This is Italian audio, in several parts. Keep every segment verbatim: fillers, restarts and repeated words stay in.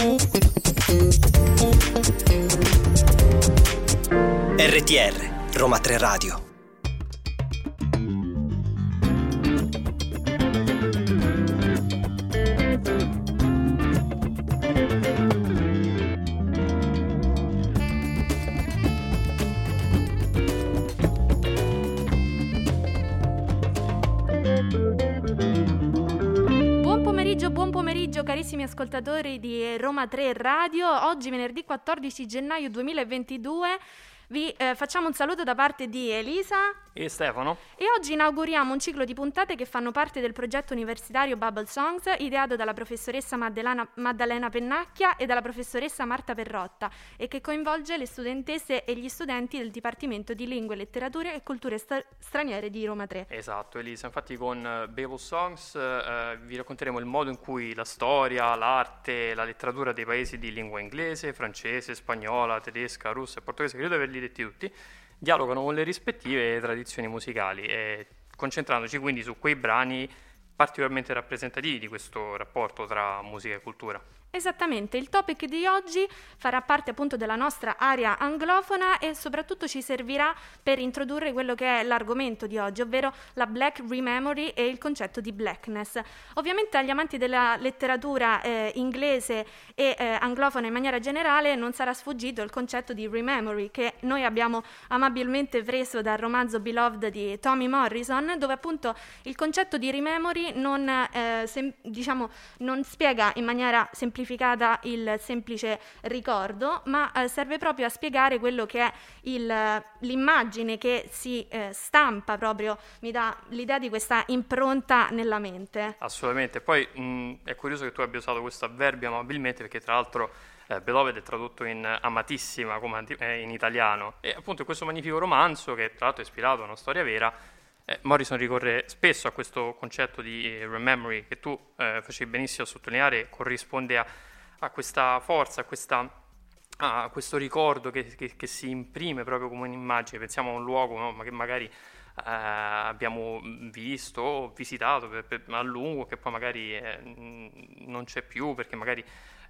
R T R, Roma tre Radio. Buon pomeriggio carissimi ascoltatori di Roma tre Radio. Oggi venerdì quattordici gennaio duemilaventidue vi eh, facciamo un saluto da parte di Elisa e Stefano e oggi inauguriamo un ciclo di puntate che fanno parte del progetto universitario Bubble Songs, ideato dalla professoressa Maddalena, Maddalena Pennacchia e dalla professoressa Marta Perrotta, e che coinvolge le studentesse e gli studenti del Dipartimento di Lingue, Letterature e Culture sta- Straniere di Roma tre. Esatto Elisa, infatti con uh, Bubble Songs uh, vi racconteremo il modo in cui la storia, l'arte, la letteratura dei paesi di lingua inglese, francese, spagnola, tedesca, russa e portoghese, credo di averli detti tutti, dialogano con le rispettive tradizioni musicali, e concentrandoci quindi su quei brani particolarmente rappresentativi di questo rapporto tra musica e cultura. Esattamente, il topic di oggi farà parte appunto della nostra area anglofona e soprattutto ci servirà per introdurre quello che è l'argomento di oggi, ovvero la Black Rememory e il concetto di blackness. Ovviamente agli amanti della letteratura eh, inglese e eh, anglofona in maniera generale non sarà sfuggito il concetto di rememory, che noi abbiamo amabilmente preso dal romanzo Beloved di Tommy Morrison, dove appunto il concetto di rememory non, eh, sem- diciamo, non spiega in maniera semplificata il semplice ricordo, ma eh, serve proprio a spiegare quello che è il, l'immagine che si eh, stampa proprio, mi dà l'idea di questa impronta nella mente. Assolutamente, poi mh, è curioso che tu abbia usato questo avverbio amabilmente, perché tra l'altro eh, Beloved è tradotto in amatissima come eh, in italiano, e appunto in questo magnifico romanzo, che tra l'altro è ispirato a una storia vera, Eh, Morrison ricorre spesso a questo concetto di eh, rememory, che tu eh, facevi benissimo a sottolineare, corrisponde a, a questa forza, a, questa, a questo ricordo che, che, che si imprime proprio come un'immagine. Pensiamo a un luogo, no, ma che magari eh, abbiamo visto o visitato per, per, a lungo, che poi magari eh, non c'è più, perché magari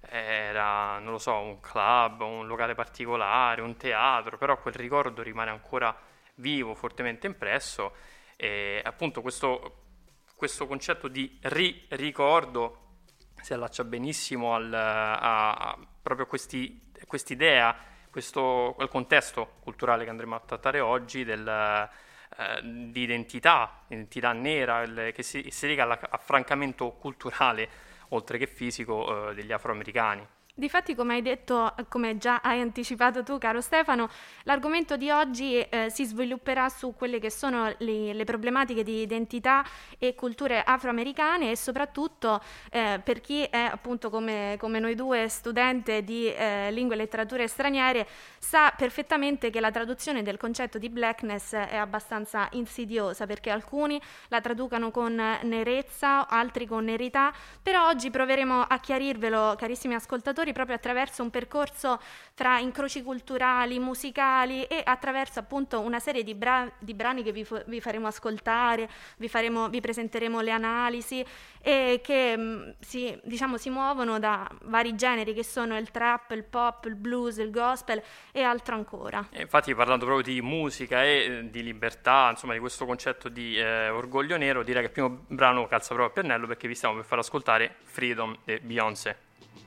era, non lo so, un club, un locale particolare, un teatro, però quel ricordo rimane ancora vivo, fortemente impresso. E appunto questo, questo concetto di ri- ricordo si allaccia benissimo al, a, a proprio questi, quest'idea, questo quel contesto culturale che andremo a trattare oggi del, eh, di identità, identità nera, il, che si, si lega all'affrancamento culturale oltre che fisico eh, degli afroamericani. Difatti, come hai detto, come già hai anticipato tu, caro Stefano, l'argomento di oggi eh, si svilupperà su quelle che sono le, le problematiche di identità e culture afroamericane, e soprattutto eh, per chi è appunto come, come noi due studente di eh, lingue e letterature straniere sa perfettamente che la traduzione del concetto di blackness è abbastanza insidiosa, perché alcuni la traducano con nerezza, altri con nerità, però oggi proveremo a chiarirvelo, carissimi ascoltatori, proprio attraverso un percorso tra incroci culturali, musicali, e attraverso appunto una serie di, bra- di brani che vi, f- vi faremo ascoltare, vi, faremo, vi presenteremo le analisi, e che mh, si, diciamo, si muovono da vari generi che sono il trap, il pop, il blues, il gospel e altro ancora. E infatti, parlando proprio di musica e eh, di libertà, insomma di questo concetto di eh, orgoglio nero, direi che il primo brano calza proprio a pennello, perché vi stiamo per far ascoltare Freedom di Beyoncé.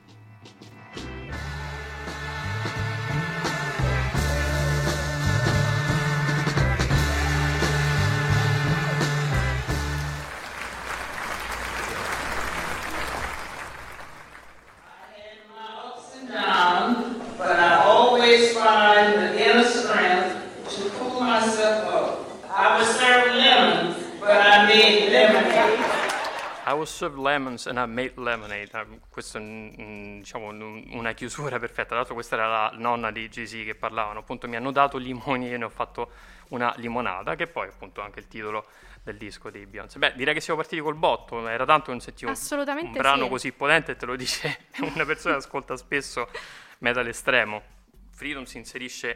Down, but I always find the inner strength to pull myself up. I was served lemons, but I made lemonade. I was served lemons and I made lemonade. Uh, questo è mm, diciamo un, una chiusura perfetta. Tra l'altro questa era la nonna di Jay-Z che parlavano. Appunto mi hanno dato limoni e io ne ho fatto una limonata, che poi appunto anche il titolo del disco di Beyoncé. Beh, direi che siamo partiti col botto. Era tanto che non sentivo un brano sì. così potente, e te lo dice una persona che ascolta spesso metal estremo. Freedom si inserisce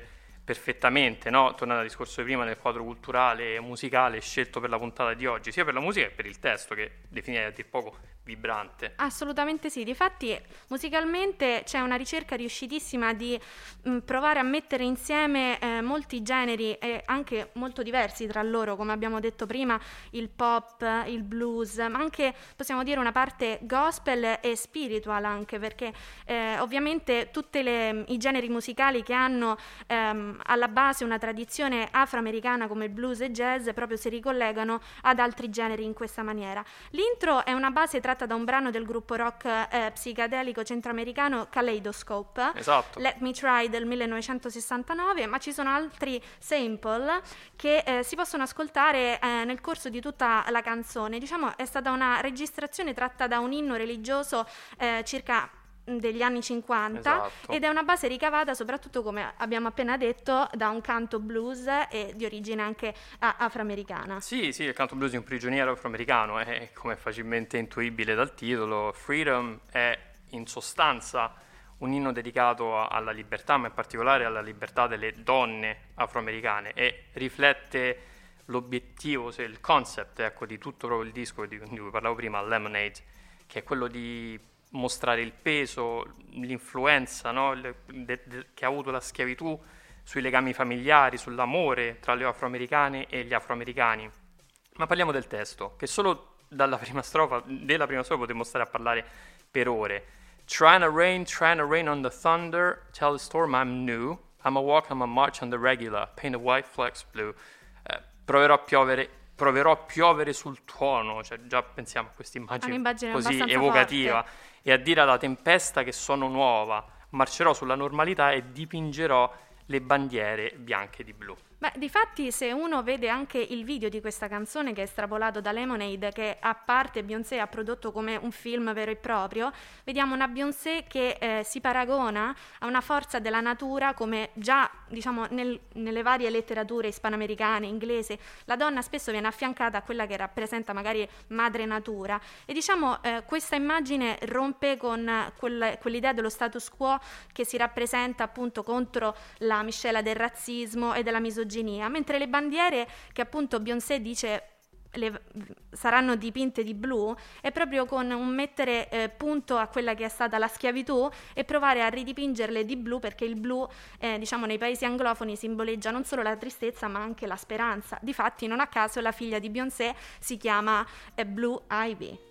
perfettamente, no? Tornando al discorso di prima, nel quadro culturale e musicale scelto per la puntata di oggi, sia per la musica che per il testo, che definirei a dir poco vibrante. Assolutamente sì, difatti musicalmente c'è una ricerca riuscitissima di mh, provare a mettere insieme eh, molti generi e anche molto diversi tra loro, come abbiamo detto prima, il pop, il blues, ma anche possiamo dire una parte gospel e spiritual anche, perché eh, ovviamente tutti i generi musicali che hanno ehm, alla base una tradizione afroamericana come il blues e jazz proprio si ricollegano ad altri generi in questa maniera. L'intro è una base tratta da un brano del gruppo rock eh, psichedelico centroamericano Kaleidoscope, esatto. Let Me Try del millenovecentosessantanove, ma ci sono altri sample che eh, si possono ascoltare eh, nel corso di tutta la canzone. Diciamo è stata una registrazione tratta da un inno religioso eh, circa degli anni cinquanta, esatto. Ed è una base ricavata soprattutto, come abbiamo appena detto, da un canto blues e di origine anche a- afroamericana. Sì, sì, il canto blues di un prigioniero afroamericano è, come facilmente intuibile dal titolo. Freedom è in sostanza un inno dedicato a- alla libertà, ma in particolare alla libertà delle donne afroamericane, e riflette l'obiettivo, se il concept, ecco, di tutto proprio il disco di, di cui parlavo prima, Lemonade, che è quello di mostrare il peso, l'influenza, no? Le, de, de, che ha avuto la schiavitù sui legami familiari, sull'amore tra le afroamericane e gli afroamericani. Ma parliamo del testo, che solo dalla prima strofa, della prima strofa potremmo stare a parlare per ore. Trying to rain, trying to rain on the thunder, tell the storm I'm new, I'm a walk, I'm a march on the regular, paint the white flags blue. Eh, proverò a piovere, proverò a piovere sul tuono, cioè già pensiamo a questa immagine così evocativa, forte. E a dire alla tempesta che sono nuova, marcerò sulla normalità e dipingerò le bandiere bianche di blu. Beh, difatti se uno vede anche il video di questa canzone, che è estrapolato da Lemonade, che a parte Beyoncé ha prodotto come un film vero e proprio, vediamo una Beyoncé che eh, si paragona a una forza della natura, come già diciamo nel, nelle varie letterature ispanoamericane, inglesi, la donna spesso viene affiancata a quella che rappresenta magari madre natura, e diciamo eh, questa immagine rompe con quel, quell'idea dello status quo che si rappresenta appunto contro la miscela del razzismo e della misoginia, mentre le bandiere che appunto Beyoncé dice le, saranno dipinte di blu è proprio con un mettere eh, punto a quella che è stata la schiavitù e provare a ridipingerle di blu, perché il blu eh, diciamo nei paesi anglofoni simboleggia non solo la tristezza ma anche la speranza. Difatti non a caso la figlia di Beyoncé si chiama eh, Blue Ivy.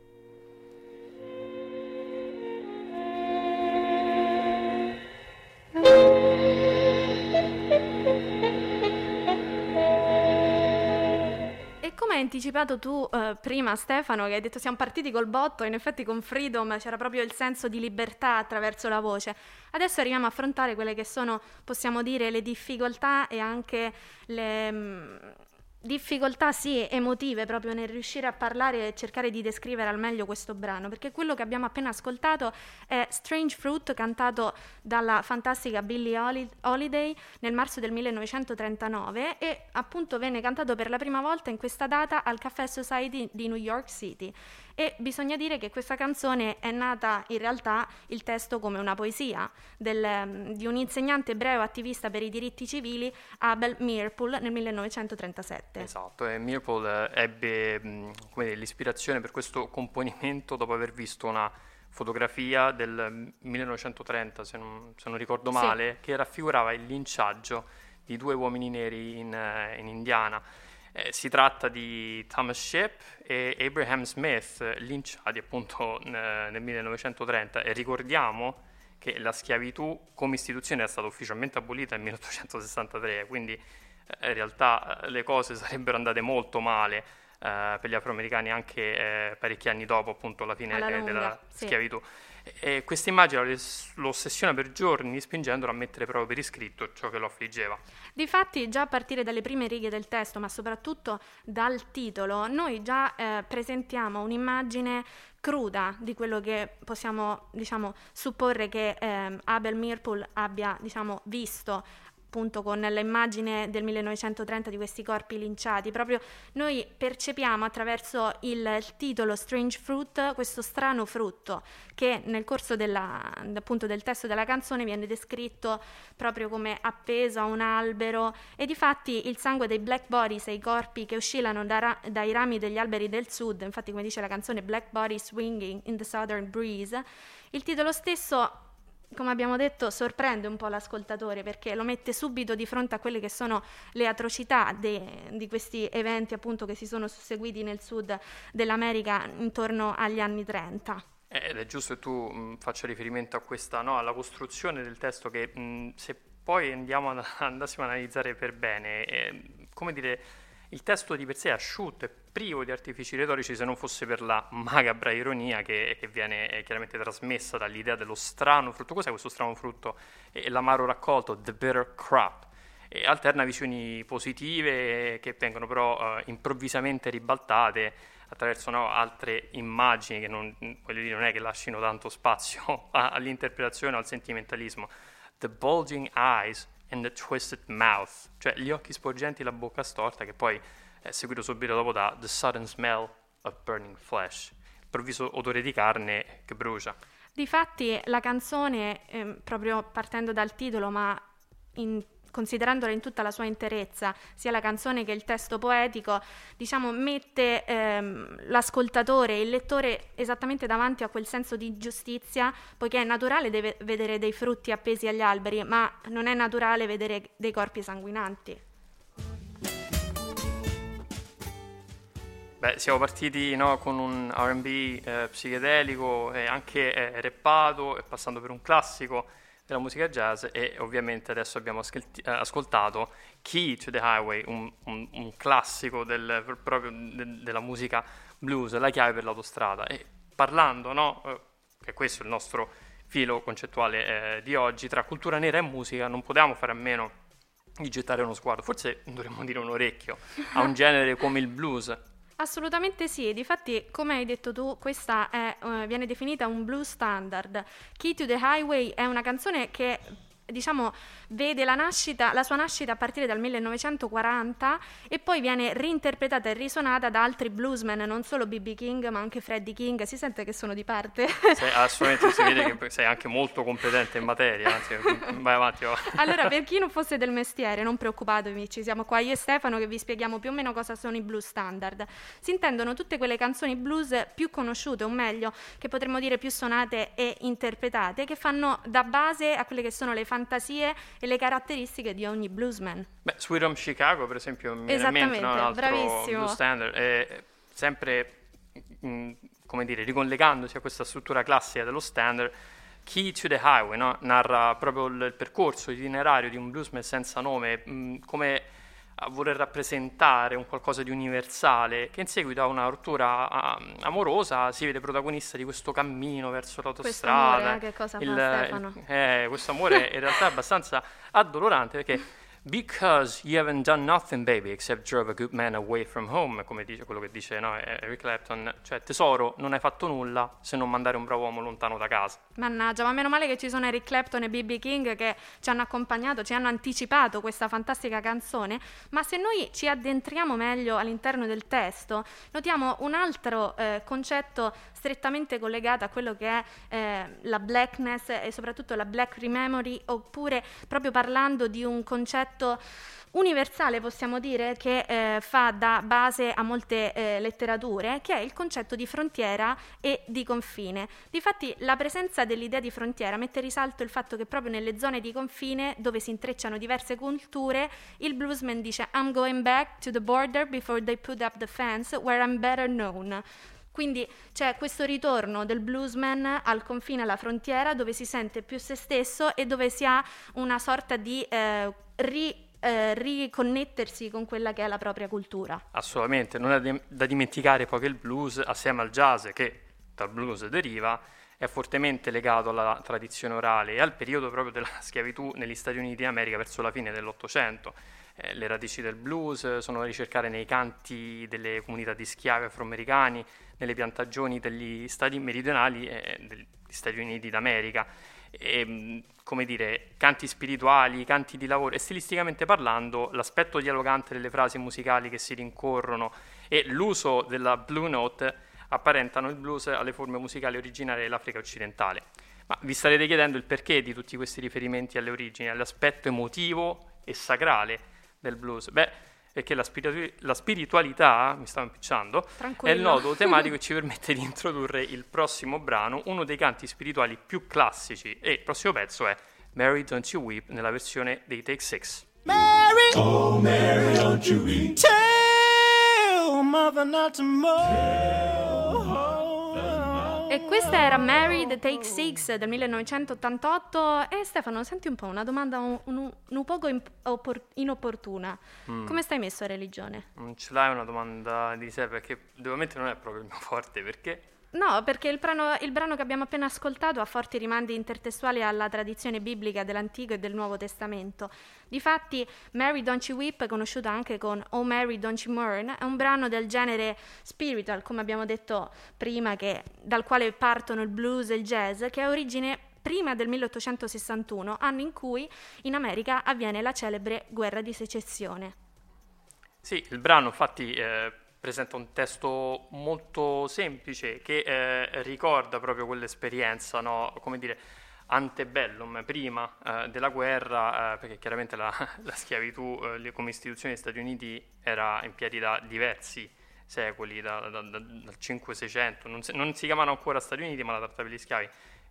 Come hai anticipato tu eh, prima, Stefano, che hai detto siamo partiti col botto, in effetti con Freedom c'era proprio il senso di libertà attraverso la voce. Adesso arriviamo a affrontare quelle che sono, possiamo dire, le difficoltà e anche le mh, difficoltà, sì, emotive, proprio nel riuscire a parlare e cercare di descrivere al meglio questo brano, perché quello che abbiamo appena ascoltato è Strange Fruit, cantato dalla fantastica Billie Holiday nel marzo del millenovecentotrentanove, e appunto venne cantato per la prima volta in questa data al Caffè Society di New York City. E bisogna dire che questa canzone è nata in realtà, il testo, come una poesia del, di un insegnante ebreo attivista per i diritti civili, Abel Meerpool, nel millenovecentotrentasette. Esatto, e Meerpool ebbe come dire, l'ispirazione per questo componimento dopo aver visto una fotografia del millenovecentotrenta, se non, se non ricordo male, sì, che raffigurava il linciaggio di due uomini neri in, in Indiana. Eh, si tratta di Thomas Shipp e Abraham Smith, linciati appunto eh, nel millenovecentotrenta, e ricordiamo che la schiavitù come istituzione è stata ufficialmente abolita nel milleottocentosessantatré, quindi eh, in realtà eh, le cose sarebbero andate molto male eh, per gli afroamericani anche eh, parecchi anni dopo appunto la fine eh, della sì. schiavitù. E questa immagine lo ossessiona per giorni, spingendolo a mettere proprio per iscritto ciò che lo affliggeva. Difatti, già a partire dalle prime righe del testo, ma soprattutto dal titolo, noi già eh, presentiamo un'immagine cruda di quello che possiamo, diciamo, supporre che eh, Abel Meerpool abbia, diciamo, visto appunto con l'immagine del millenovecentotrenta di questi corpi linciati, proprio noi percepiamo attraverso il, il titolo Strange Fruit questo strano frutto che nel corso della, appunto del testo della canzone viene descritto proprio come appeso a un albero, e difatti il sangue dei black bodies e i corpi che oscillano da ra- dai rami degli alberi del sud, infatti come dice la canzone Black Bodies Swinging in the Southern Breeze, il titolo stesso, come abbiamo detto, sorprende un po' l'ascoltatore perché lo mette subito di fronte a quelle che sono le atrocità de- di questi eventi appunto che si sono susseguiti nel sud dell'America intorno agli anni trenta. Ed è giusto che tu mh, faccia riferimento a questa, no, alla costruzione del testo che mh, se poi andiamo ad, andassimo a analizzare per bene, eh, come dire, il testo di per sé è asciutto e privo di artifici retorici se non fosse per la macabra ironia che, che viene eh, chiaramente trasmessa dall'idea dello strano frutto. Cos'è questo strano frutto? E l'amaro raccolto, the bitter crop, e alterna visioni positive che vengono però eh, improvvisamente ribaltate attraverso, no, altre immagini che non, voglio dire, non è che lasciano tanto spazio all'interpretazione o al sentimentalismo. The bulging eyes and the twisted mouth, cioè gli occhi sporgenti e la bocca storta, che poi è seguito subito dopo da the sudden smell of burning flesh, improvviso odore di carne che brucia. Difatti la canzone, eh, proprio partendo dal titolo, ma in considerandola in tutta la sua interezza, sia la canzone che il testo poetico, diciamo, mette ehm, l'ascoltatore, il lettore esattamente davanti a quel senso di giustizia, poiché è naturale deve vedere dei frutti appesi agli alberi, ma non è naturale vedere dei corpi sanguinanti. Beh, siamo partiti, no, con un R and B eh, psichedelico e anche eh, rappato, e passando per un classico della musica jazz, e ovviamente adesso abbiamo ascolti- eh, ascoltato Key to the Highway, un, un, un classico del, proprio de, della musica blues, la chiave per l'autostrada. E parlando, no, eh, che questo è il nostro filo concettuale eh, di oggi, tra cultura nera e musica, non potevamo fare a meno di gettare uno sguardo, forse dovremmo dire un orecchio, a un genere come il blues. Assolutamente sì, difatti come hai detto tu questa è, uh, viene definita un blues standard. Key to the Highway è una canzone che diciamo vede la nascita, la sua nascita a partire dal millenovecentoquaranta e poi viene reinterpretata e risuonata da altri bluesmen, non solo B B King ma anche Freddie King. Si sente che sono di parte? Sei, assolutamente si vede che sei anche molto competente in materia, anzi vai avanti. Va. Allora, per chi non fosse del mestiere, non preoccupatevi, ci siamo qua io e Stefano che vi spieghiamo più o meno cosa sono i blues standard. Si intendono tutte quelle canzoni blues più conosciute, o meglio, che potremmo dire più suonate e interpretate, che fanno da base a quelle che sono le fantasie e le caratteristiche di ogni bluesman. Beh, Sweet Home Chicago, per esempio, mi viene in mente, no, un altro bravissimo. blues standard, è sempre, mh, come dire, ricollegandosi a questa struttura classica dello standard. Key to the Highway, no? Narra proprio il, il percorso, l'itinerario di un bluesman senza nome, mh, come a voler rappresentare un qualcosa di universale, che in seguito a una rottura a, amorosa si vede protagonista di questo cammino verso l'autostrada. Questo amore, che cosa il, fa Stefano? Il, eh, questo amore in realtà è abbastanza addolorante, perché because you haven't done nothing, baby, except drove a good man away from home, come dice quello che dice, no, Eric Clapton, cioè tesoro, non hai fatto nulla se non mandare un bravo uomo lontano da casa. Mannaggia, ma meno male che ci sono Eric Clapton e B B King che ci hanno accompagnato, ci hanno anticipato questa fantastica canzone. Ma se noi ci addentriamo meglio all'interno del testo, notiamo un altro eh, concetto strettamente collegato a quello che è eh, la blackness e soprattutto la black rememory, oppure proprio parlando di un concetto universale, possiamo dire, che eh, fa da base a molte eh, letterature, che è il concetto di frontiera e di confine. Difatti la presenza dell'idea di frontiera mette in risalto il fatto che proprio nelle zone di confine, dove si intrecciano diverse culture, il bluesman dice I'm going back to the border before they put up the fence where I'm better known. Quindi c'è questo ritorno del bluesman al confine, alla frontiera, dove si sente più se stesso e dove si ha una sorta di eh, ri, eh, riconnettersi con quella che è la propria cultura. Assolutamente, non è di- da dimenticare poi che il blues, assieme al jazz che dal blues deriva, è fortemente legato alla tradizione orale e al periodo proprio della schiavitù negli Stati Uniti d'America verso la fine dell'Ottocento. Eh, le radici del blues sono da ricercare nei canti delle comunità di schiavi afroamericani, nelle piantagioni degli stati meridionali e degli Stati Uniti d'America. e, come dire, canti spirituali, canti di lavoro, e stilisticamente parlando l'aspetto dialogante delle frasi musicali che si rincorrono e l'uso della Blue Note apparentano il blues alle forme musicali originarie dell'Africa occidentale. Ma vi starete chiedendo il perché di tutti questi riferimenti alle origini, all'aspetto emotivo e sacrale del blues? Beh, perché la, spiritu- la spiritualità, mi stavo impicciando, Tranquillo. è il nodo tematico che ci permette di introdurre il prossimo brano, uno dei canti spirituali più classici, e il prossimo pezzo è Mary Don't You Weep nella versione dei Take Six. Mary, oh Mary, don't you weep. Tell mother not to mourn. E questa era Mary the Take Six del millenovecentottantotto. E Stefano, senti un po', una domanda un, un, un poco imp- oppor- inopportuna. Mm. Come stai messo a religione? Non ce l'hai una domanda di sé, perché devo ammettere non è proprio il mio forte, perché... No, perché il brano, il brano che abbiamo appena ascoltato ha forti rimandi intertestuali alla tradizione biblica dell'Antico e del Nuovo Testamento. Difatti, Mary Don't You Weep, conosciuta anche con Oh Mary Don't You Mourn, è un brano del genere spiritual, come abbiamo detto prima, che, dal quale partono il blues e il jazz, che ha origine prima del milleottocentosessantuno, anno in cui in America avviene la celebre guerra di secessione. Sì, il brano infatti... Eh... presenta un testo molto semplice che eh, ricorda proprio quell'esperienza, no? Come dire, antebellum, prima eh, della guerra, eh, perché chiaramente la, la schiavitù eh, come istituzione negli Stati Uniti era in piedi da diversi secoli, da, da, da, dal cinque seicento, non si, non si chiamavano ancora Stati Uniti, ma la tratta per gli schiavi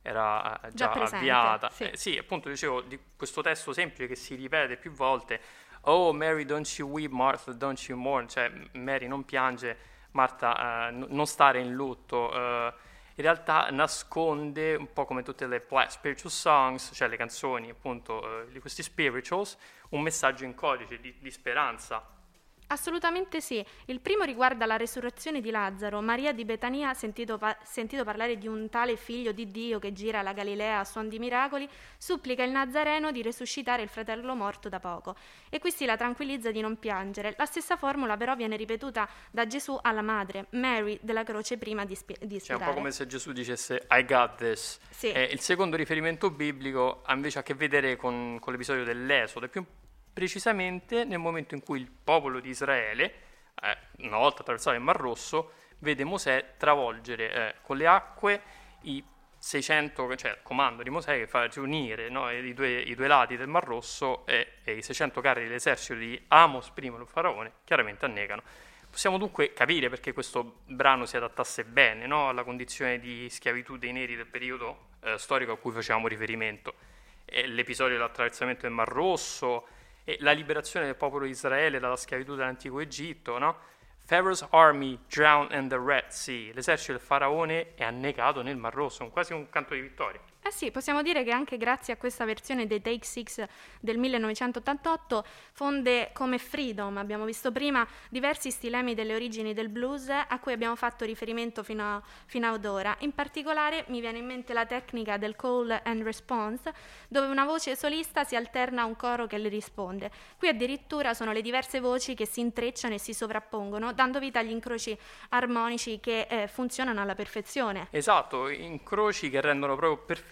era eh, già, già avviata. Sì. Eh, sì, appunto dicevo, di questo testo semplice che si ripete più volte. Oh Mary don't you weep, Martha don't you mourn, cioè Mary non piange, Marta uh, n- non stare in lutto, uh, in realtà nasconde un po' come tutte le black spiritual songs, cioè le canzoni appunto uh, di questi spirituals, un messaggio in codice di, di speranza. Assolutamente sì. Il primo riguarda la resurrezione di Lazzaro. Maria di Betania ha sentito, pa- sentito parlare di un tale figlio di Dio che gira la Galilea a suon di miracoli, supplica il Nazareno di resuscitare il fratello morto da poco. E qui si la tranquillizza di non piangere. La stessa formula però viene ripetuta da Gesù alla madre, Mary della croce, prima di, spi- di Cioè spirare. un po' come se Gesù dicesse I got this. Sì. Eh, il secondo riferimento biblico ha invece a che vedere con, con l'episodio dell'Esodo, è più precisamente nel momento in cui il popolo di Israele, eh, una volta attraversato il Mar Rosso, vede Mosè travolgere eh, con le acque i seicento, cioè il comando di Mosè che fa riunire, no, i, due, i due lati del Mar Rosso e, e i seicento carri dell'esercito di Amos I, il faraone, chiaramente annegano. Possiamo dunque capire perché questo brano si adattasse bene, no, alla condizione di schiavitù dei neri del periodo eh, storico a cui facevamo riferimento. E l'episodio dell'attraversamento del Mar Rosso, e la liberazione del popolo di Israele dalla schiavitù dell'antico Egitto, no? Pharaoh's army drowned in the Red Sea. L'esercito del faraone è annegato nel Mar Rosso, quasi un canto di vittoria. Eh sì, possiamo dire che anche grazie a questa versione dei Take Six del millenovecentottantotto fonde come Freedom, abbiamo visto prima, diversi stilemi delle origini del blues a cui abbiamo fatto riferimento fino, a, fino ad ora. In particolare mi viene in mente la tecnica del call and response, dove una voce solista si alterna a un coro che le risponde. Qui addirittura sono le diverse voci che si intrecciano e si sovrappongono, dando vita agli incroci armonici che eh, funzionano alla perfezione. Esatto, incroci che rendono proprio perfettamente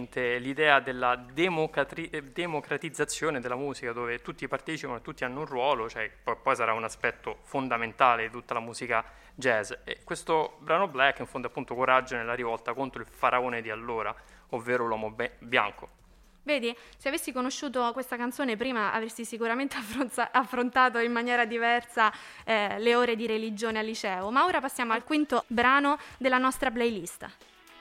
l'idea della democrati- democratizzazione della musica, dove tutti partecipano e tutti hanno un ruolo, cioè poi, poi sarà un aspetto fondamentale di tutta la musica jazz. E questo brano Black infonde appunto coraggio nella rivolta contro il faraone di allora, ovvero l'uomo be- bianco. Vedi, se avessi conosciuto questa canzone prima avresti sicuramente affronza- affrontato in maniera diversa eh, le ore di religione al liceo, ma ora passiamo al quinto brano della nostra playlist.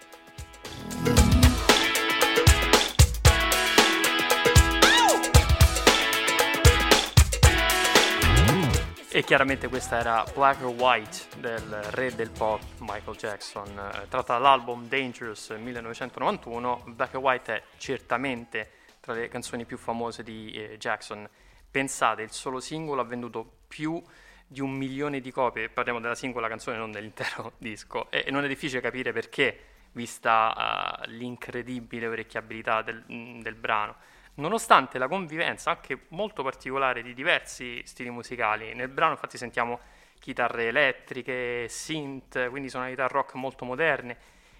E chiaramente questa era Black or White del re del pop Michael Jackson, eh, tratta dall'album Dangerous millenovecentonovantuno. Black or White è certamente tra le canzoni più famose di eh, Jackson. Pensate, il solo singolo ha venduto più di un milione di copie, parliamo della singola canzone, non dell'intero disco, e, e non è difficile capire perché, vista uh, l'incredibile orecchiabilità del, del brano. Nonostante la convivenza anche molto particolare di diversi stili musicali, nel brano infatti sentiamo chitarre elettriche, synth, quindi sonorità rock molto moderne.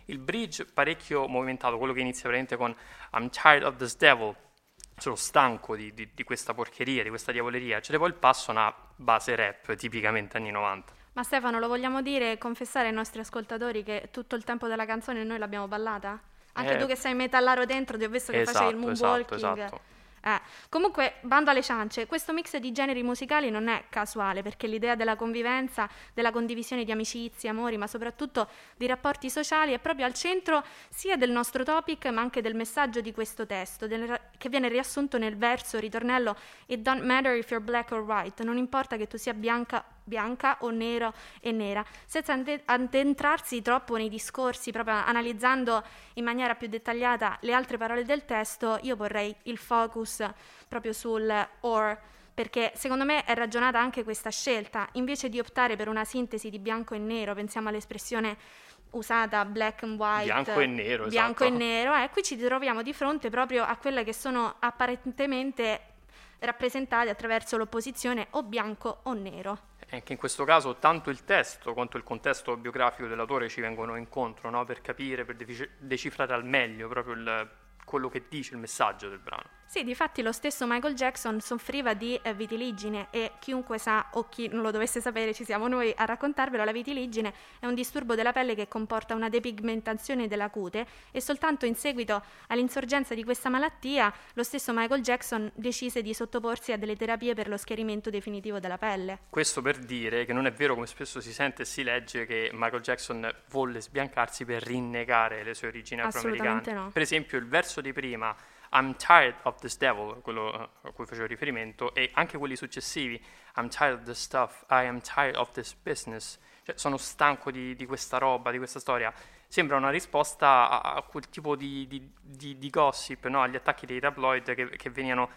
il bridge parecchio movimentato, quello che inizia veramente con I'm tired of this devil, sono stanco di, di, di questa porcheria, di questa diavoleria, c'è poi il passo a una base rap tipicamente anni novanta. Ma Stefano, lo vogliamo dire e confessare ai nostri ascoltatori che tutto il tempo della canzone noi l'abbiamo ballata? Anche Eh, tu che sei metallaro dentro, ti ho visto che esatto, facevi il moonwalking. esatto, esatto. Eh, comunque, bando alle ciance, questo mix di generi musicali non è casuale, perché l'idea della convivenza, della condivisione di amicizie, amori, ma soprattutto di rapporti sociali è proprio al centro sia del nostro topic, ma anche del messaggio di questo testo, del, che viene riassunto nel verso, ritornello It don't matter if you're black or white, non importa che tu sia bianca bianca o nero e nera, senza addentrarsi troppo nei discorsi, proprio analizzando in maniera più dettagliata le altre parole del testo. Io vorrei il focus proprio sul or, perché secondo me è ragionata anche questa scelta, invece di optare per una sintesi di bianco e nero, pensiamo all'espressione usata black and white, Bianco e nero, bianco esatto. e nero, eh, qui ci troviamo di fronte proprio a quelle che sono apparentemente rappresentati attraverso l'opposizione o bianco o nero. Anche in questo caso tanto il testo quanto il contesto biografico dell'autore ci vengono incontro, no? Per capire, per defic- decifrare al meglio proprio il, quello che dice il messaggio del brano. Sì, difatti lo stesso Michael Jackson soffriva di eh, vitiligine e chiunque sa o chi non lo dovesse sapere, ci siamo noi a raccontarvelo, la vitiligine è un disturbo della pelle che comporta una depigmentazione della cute e soltanto in seguito all'insorgenza di questa malattia lo stesso Michael Jackson decise di sottoporsi a delle terapie per lo schiarimento definitivo della pelle. Questo per dire che non è vero, come spesso si sente e si legge, che Michael Jackson volle sbiancarsi per rinnegare le sue origini afroamericane. Assolutamente no. Per esempio il verso di prima I'm tired of this devil, quello a cui facevo riferimento, e anche quelli successivi I'm tired of this stuff, I am tired of this business, cioè sono stanco di, di questa roba, di questa storia. Sembra una risposta a, a quel tipo di, di, di, di gossip, no? Agli attacchi dei tabloid che, che venivano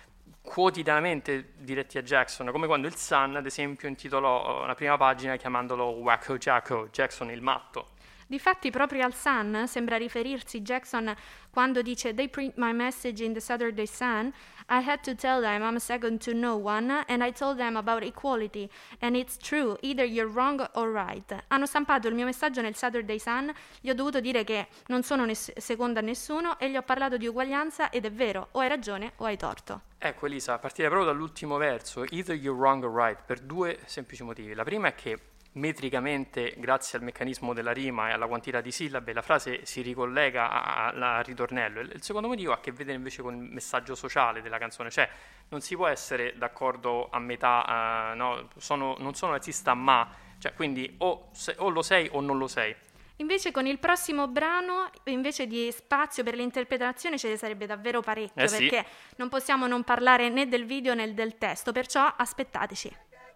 quotidianamente diretti a Jackson, come quando il Sun ad esempio intitolò una prima pagina chiamandolo Wacko Jacko, Jackson il matto. Difatti proprio al Sun sembra riferirsi Jackson quando dice They print my message in the Saturday Sun, I had to tell them I'm second to no one and I told them about equality and it's true, either you're wrong or right. Hanno stampato il mio messaggio nel Saturday Sun, gli ho dovuto dire che non sono ness- seconda a nessuno e gli ho parlato di uguaglianza ed è vero, o hai ragione o hai torto. Ecco Elisa, a partire proprio dall'ultimo verso, either you're wrong or right, per due semplici motivi. La prima è che metricamente, grazie al meccanismo della rima e alla quantità di sillabe, la frase si ricollega al ritornello. Il secondo motivo ha a che vedere invece con il messaggio sociale della canzone, cioè non si può essere d'accordo a metà, uh, no, sono, non sono razzista ma, cioè quindi o, se, o lo sei o non lo sei. Invece con il prossimo brano, invece di spazio per l'interpretazione ce ne sarebbe davvero parecchio, eh sì. perché non possiamo non parlare né del video né del testo, perciò aspettateci.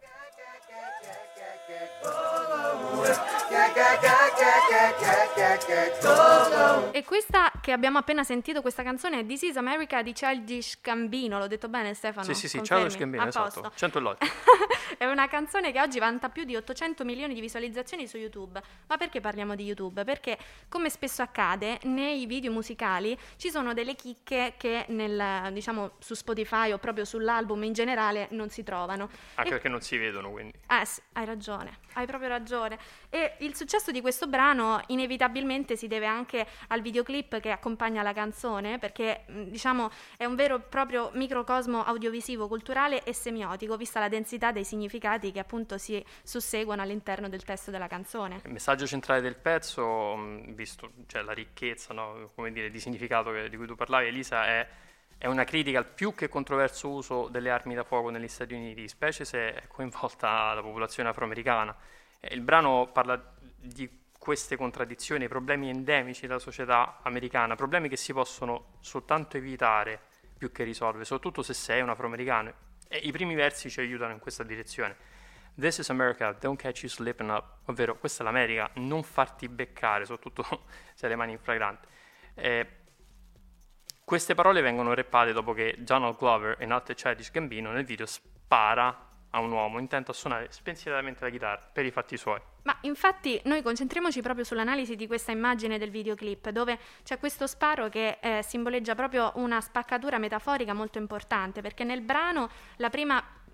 E questa che abbiamo appena sentito, questa canzone è This is America di Childish Gambino. L'ho detto bene, Stefano? Sì, sì, sì, Confermi? Childish Gambino, A esatto. posto. cento lodi. È una canzone che oggi vanta più di ottocento milioni di visualizzazioni su YouTube. Ma perché parliamo di YouTube? Perché, come spesso accade, nei video musicali ci sono delle chicche che nel, diciamo, su Spotify o proprio sull'album in generale non si trovano. Anche E- perché non si vedono, quindi. Eh sì, hai ragione, hai proprio ragione. E il successo di questo brano inevitabilmente si deve anche al videoclip che accompagna la canzone, perché mh, diciamo è un vero e proprio microcosmo audiovisivo, culturale e semiotico, vista la densità dei significati che appunto si susseguono all'interno del testo della canzone. Il messaggio centrale del pezzo, mh, visto cioè, la ricchezza, no, come dire, di significato che, di cui tu parlavi, Elisa, è, è una critica al più che controverso uso delle armi da fuoco negli Stati Uniti, specie se è coinvolta la popolazione afroamericana. Il brano parla di queste contraddizioni, problemi endemici della società americana, problemi che si possono soltanto evitare più che risolvere, soprattutto se sei un afroamericano. E i primi versi ci aiutano in questa direzione. This is America, don't catch you slipping up, ovvero questa è l'America, non farti beccare, soprattutto se hai le mani infragranti. Eh, queste parole vengono rappate dopo che Donald Glover, in alto e Childish Gambino, nel video spara a un uomo intento a suonare spensieratamente la chitarra per i fatti suoi. Ma infatti noi concentriamoci proprio sull'analisi di questa immagine del videoclip, dove c'è questo sparo che eh, simboleggia proprio una spaccatura metaforica molto importante, perché nel brano la prima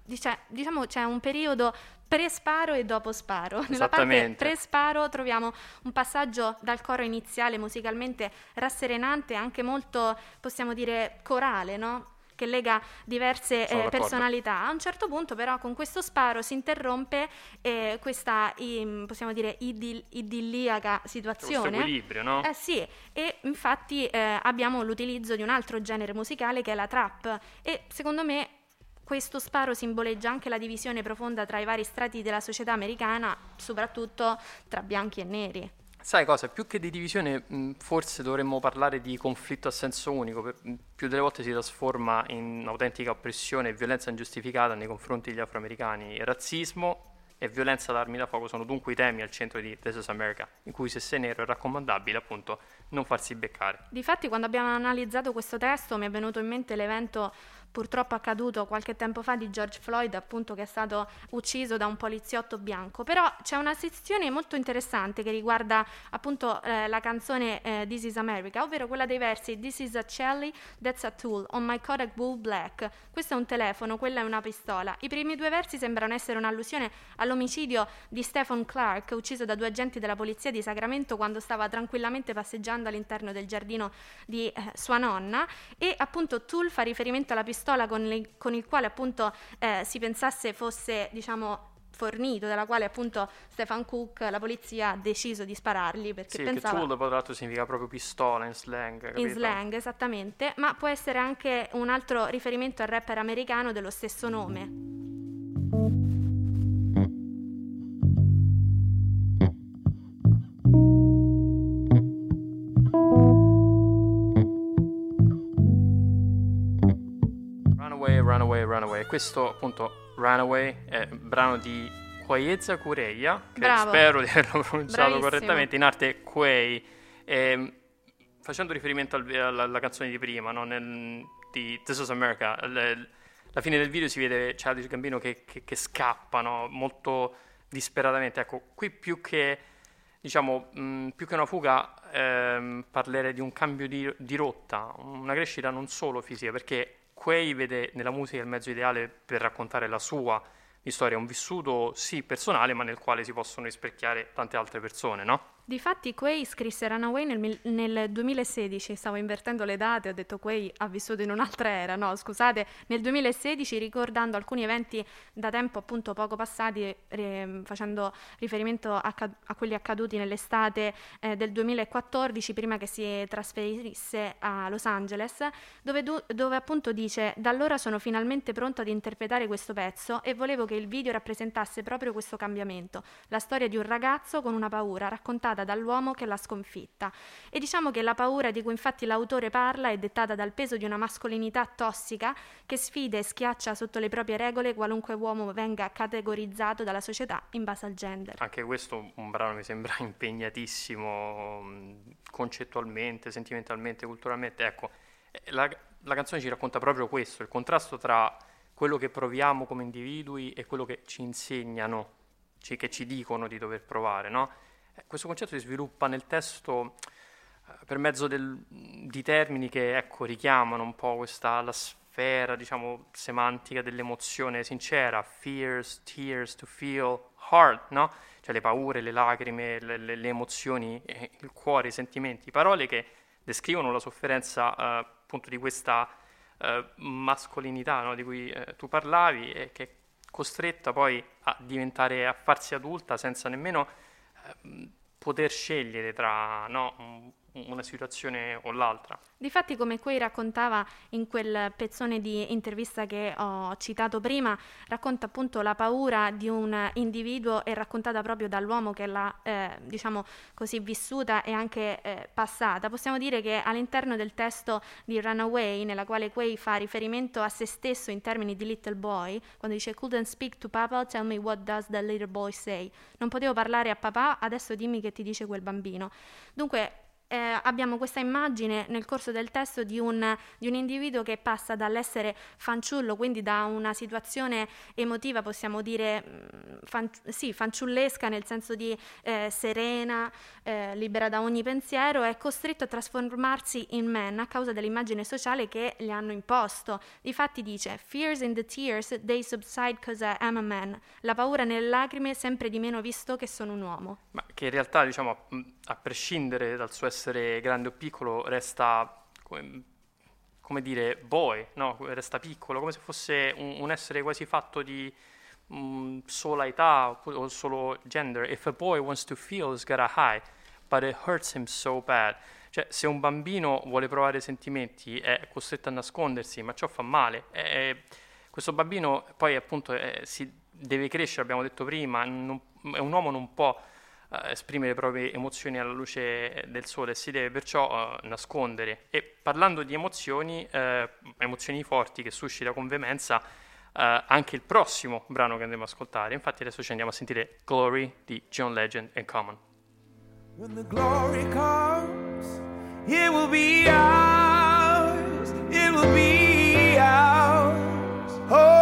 dice, diciamo c'è un periodo pre-sparo e dopo sparo. Nella parte pre-sparo troviamo un passaggio dal coro iniziale musicalmente rasserenante, anche molto, possiamo dire, corale, no? Che lega diverse eh, personalità. A un certo punto però con questo sparo si interrompe eh, questa, i, possiamo dire, idil- idilliaca situazione. Questo equilibrio, no? Eh sì, e infatti eh, abbiamo l'utilizzo di un altro genere musicale che è la trap, e secondo me questo sparo simboleggia anche la divisione profonda tra i vari strati della società americana, soprattutto tra bianchi e neri. Sai cosa? Più che di divisione, mh, forse dovremmo parlare di conflitto a senso unico. Per, mh, più delle volte si trasforma in autentica oppressione e violenza ingiustificata nei confronti degli afroamericani. Il razzismo e violenza ad armi da fuoco sono dunque i temi al centro di This is America, in cui se sei nero è raccomandabile appunto non farsi beccare. Difatti, quando abbiamo analizzato questo testo mi è venuto in mente l'evento purtroppo accaduto qualche tempo fa di George Floyd, appunto, che è stato ucciso da un poliziotto bianco. Però c'è una sezione molto interessante che riguarda appunto eh, la canzone eh, This is America, ovvero quella dei versi This is a Shelly, that's a tool, on my Kodak Bull Black. Questo è un telefono, quella è una pistola. I primi due versi sembrano essere un'allusione all'omicidio di Stephon Clark, ucciso da due agenti della polizia di Sacramento quando stava tranquillamente passeggiando all'interno del giardino di eh, sua nonna, e appunto tool fa riferimento alla pistola con, le, con il quale appunto eh, si pensasse fosse, diciamo, fornito, dalla quale appunto Stephen Cook, la polizia, ha deciso di sparargli perché sì, pensava... Sì, che tool tra l'altro significa proprio pistola in slang, capito? In slang, esattamente, ma può essere anche un altro riferimento al rapper americano dello stesso nome. Runaway, Runaway. Questo appunto Runaway è un brano di Kwayeza Kureya, che Bravo. spero di averlo pronunciato Bravissimo. correttamente, in arte Quay, e, facendo riferimento al, alla, alla canzone di prima, no? Nel, di This is America, l, la fine del video si vede Childish Gambino che, che, che scappa, no? Molto disperatamente. Ecco, qui più che, diciamo, mh, più che una fuga, ehm, parlerei di un cambio di, di rotta, una crescita non solo fisica, perché Quay vede nella musica il mezzo ideale per raccontare la sua storia, un vissuto sì personale, ma nel quale si possono rispecchiare tante altre persone, no? Difatti Quay scrisse Runaway nel, nel duemilasedici, stavo invertendo le date, ho detto Quay ha vissuto in un'altra era, no scusate, nel duemilasedici, ricordando alcuni eventi da tempo appunto poco passati, eh, facendo riferimento a, a quelli accaduti nell'estate eh, del duemilaquattordici, prima che si trasferisse a Los Angeles, dove, du- dove appunto dice: da allora sono finalmente pronto ad interpretare questo pezzo e volevo che il video rappresentasse proprio questo cambiamento, la storia di un ragazzo con una paura raccontata dall'uomo che l'ha sconfitta. E diciamo che la paura di cui infatti l'autore parla è dettata dal peso di una mascolinità tossica che sfida e schiaccia sotto le proprie regole qualunque uomo venga categorizzato dalla società in base al gender. Anche questo un brano mi sembra impegnatissimo concettualmente, sentimentalmente, culturalmente. Ecco, la, la canzone ci racconta proprio questo, il contrasto tra quello che proviamo come individui e quello che ci insegnano, ci, che ci dicono di dover provare, no? Questo concetto si sviluppa nel testo eh, per mezzo del, di termini che, ecco, richiamano un po' questa la sfera, diciamo, semantica dell'emozione sincera, fears, tears, to feel, heart, no? Cioè le paure, le lacrime, le, le, le emozioni, eh, il cuore, i sentimenti, parole che descrivono la sofferenza eh, appunto di questa eh, mascolinità, no? Di cui eh, tu parlavi, e che è costretta poi a diventare, a farsi adulta senza nemmeno poter scegliere tra, no, una situazione o l'altra. Difatti, come Quay raccontava in quel pezzone di intervista che ho citato prima, racconta appunto la paura di un individuo e raccontata proprio dall'uomo che l'ha, eh, diciamo così, vissuta e anche eh, passata. Possiamo dire che all'interno del testo di Runaway, nella quale Quay fa riferimento a se stesso in termini di little boy, quando dice couldn't speak to papa, tell me what does the little boy say. Non potevo parlare a papà, adesso dimmi che ti dice quel bambino. Dunque, eh, abbiamo questa immagine nel corso del testo di un, di un individuo che passa dall'essere fanciullo, quindi da una situazione emotiva, possiamo dire, fan, sì, fanciullesca, nel senso di eh, serena, eh, libera da ogni pensiero, è costretto a trasformarsi in man a causa dell'immagine sociale che gli hanno imposto. Difatti dice: "Fears in the tears, they subside cause I am a man." La paura nelle lacrime, sempre di meno visto che sono un uomo. Ma che in realtà, diciamo, a prescindere dal suo essere grande o piccolo, resta, come, come dire, boy, no? Resta piccolo, come se fosse un, un essere quasi fatto di um, sola età o solo gender. If a boy wants to feel, he's gotta hide, but it hurts him so bad. Cioè, se un bambino vuole provare sentimenti è costretto a nascondersi, ma ciò fa male. E questo bambino poi appunto eh, si deve crescere, abbiamo detto prima, non, un uomo non può eh, esprimere le proprie emozioni alla luce del sole, si deve perciò eh, nascondere. E parlando di emozioni, eh, emozioni forti che suscita con veemenza, eh, anche il prossimo brano che andremo a ascoltare. Infatti adesso ci andiamo a sentire Glory di John Legend and Common. When the glory comes, it will be ours, it will be ours.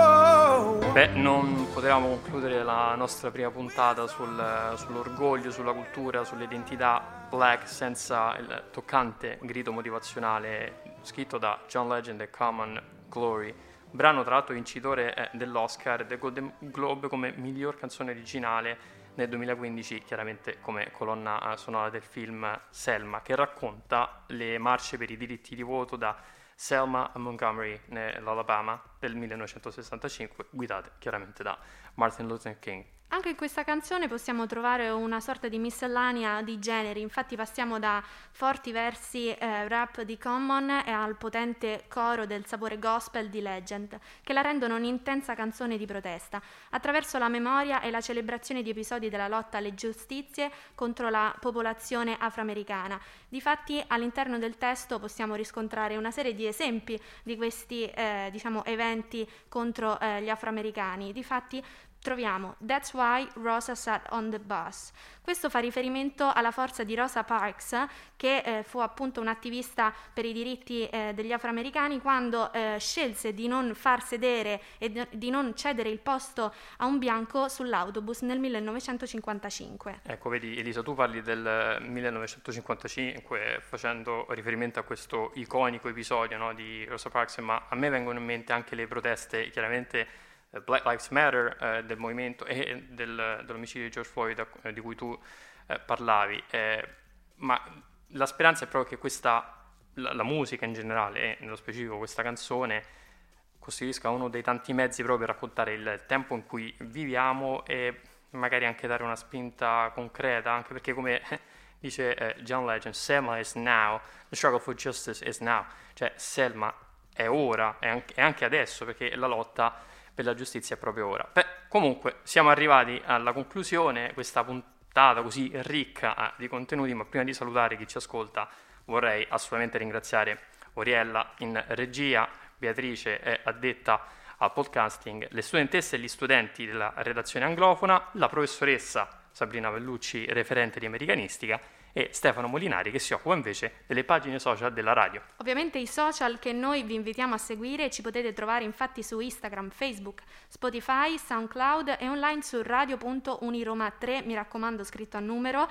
Oh. Beh, non potevamo concludere la nostra prima puntata sul, sull'orgoglio, sulla cultura, sull'identità black senza il toccante grido motivazionale scritto da John Legend e Common, Glory, brano tra l'altro vincitore eh, dell'Oscar e del Golden Globe come miglior canzone originale nel duemilaquindici, chiaramente come colonna sonora del film Selma, che racconta le marce per i diritti di voto da Selma a Montgomery nell'Alabama del millenovecentosessantacinque, guidate chiaramente da Martin Luther King. Anche in questa canzone possiamo trovare una sorta di miscellanea di generi, infatti passiamo da forti versi eh, rap di Common e al potente coro del sapore gospel di Legend, che la rendono un'intensa canzone di protesta, attraverso la memoria e la celebrazione di episodi della lotta alle giustizie contro la popolazione afroamericana. Difatti all'interno del testo possiamo riscontrare una serie di esempi di questi eh, diciamo, eventi contro eh, gli afroamericani. Difatti troviamo That's Why Rosa Sat on the Bus. Questo fa riferimento alla forza di Rosa Parks, che eh, fu appunto un'attivista per i diritti eh, degli afroamericani, quando eh, scelse di non far sedere e di, di non cedere il posto a un bianco sull'autobus nel millenovecentocinquantacinque. Ecco, vedi Elisa, tu parli del millenovecentocinquantacinque facendo riferimento a questo iconico episodio, no, di Rosa Parks, ma a me vengono in mente anche le proteste, chiaramente Black Lives Matter eh, del movimento e del, dell'omicidio di George Floyd eh, di cui tu eh, parlavi, eh, ma la speranza è proprio che questa, la, la musica in generale e nello specifico questa canzone costituisca uno dei tanti mezzi proprio per raccontare il tempo in cui viviamo e magari anche dare una spinta concreta, anche perché come dice eh, John Legend, Selma is now, the struggle for justice is now, cioè Selma è ora, è anche, è anche adesso, perché la lotta per la giustizia è proprio ora. Beh, comunque siamo arrivati alla conclusione, questa puntata così ricca eh, di contenuti, ma prima di salutare chi ci ascolta vorrei assolutamente ringraziare Oriella in regia, Beatrice è addetta al podcasting, le studentesse e gli studenti della redazione anglofona, la professoressa Sabrina Vellucci, referente di americanistica, e Stefano Molinari che si occupa invece delle pagine social della radio. Ovviamente i social che noi vi invitiamo a seguire ci potete trovare infatti su Instagram, Facebook, Spotify, SoundCloud e online su radio punto uniroma tre, mi raccomando scritto a numero,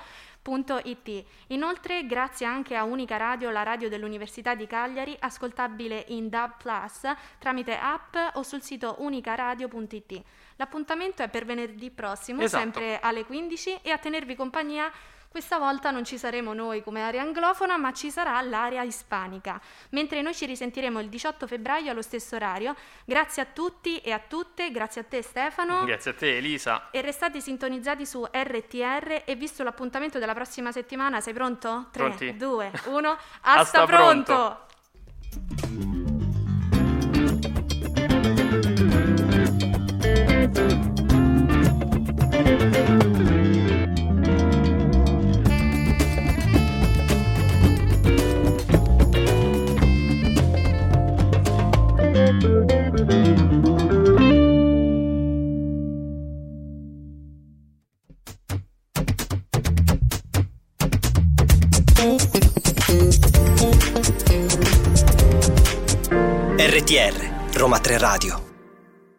.it. Inoltre grazie anche a Unica Radio, la radio dell'Università di Cagliari, ascoltabile in D A B plus tramite app o sul sito unicaradio punto it. L'appuntamento è per venerdì prossimo, esatto, sempre alle quindici, e a tenervi compagnia questa volta non ci saremo noi come area anglofona, ma ci sarà l'area ispanica, mentre noi ci risentiremo il diciotto febbraio allo stesso orario. Grazie a tutti e a tutte, grazie a te Stefano. Grazie a te Elisa. E restate sintonizzati su R T R e visto l'appuntamento della prossima settimana, sei pronto? tre, due, uno, hasta, hasta pronto! pronto. Thank you. R T R, Roma tre Radio.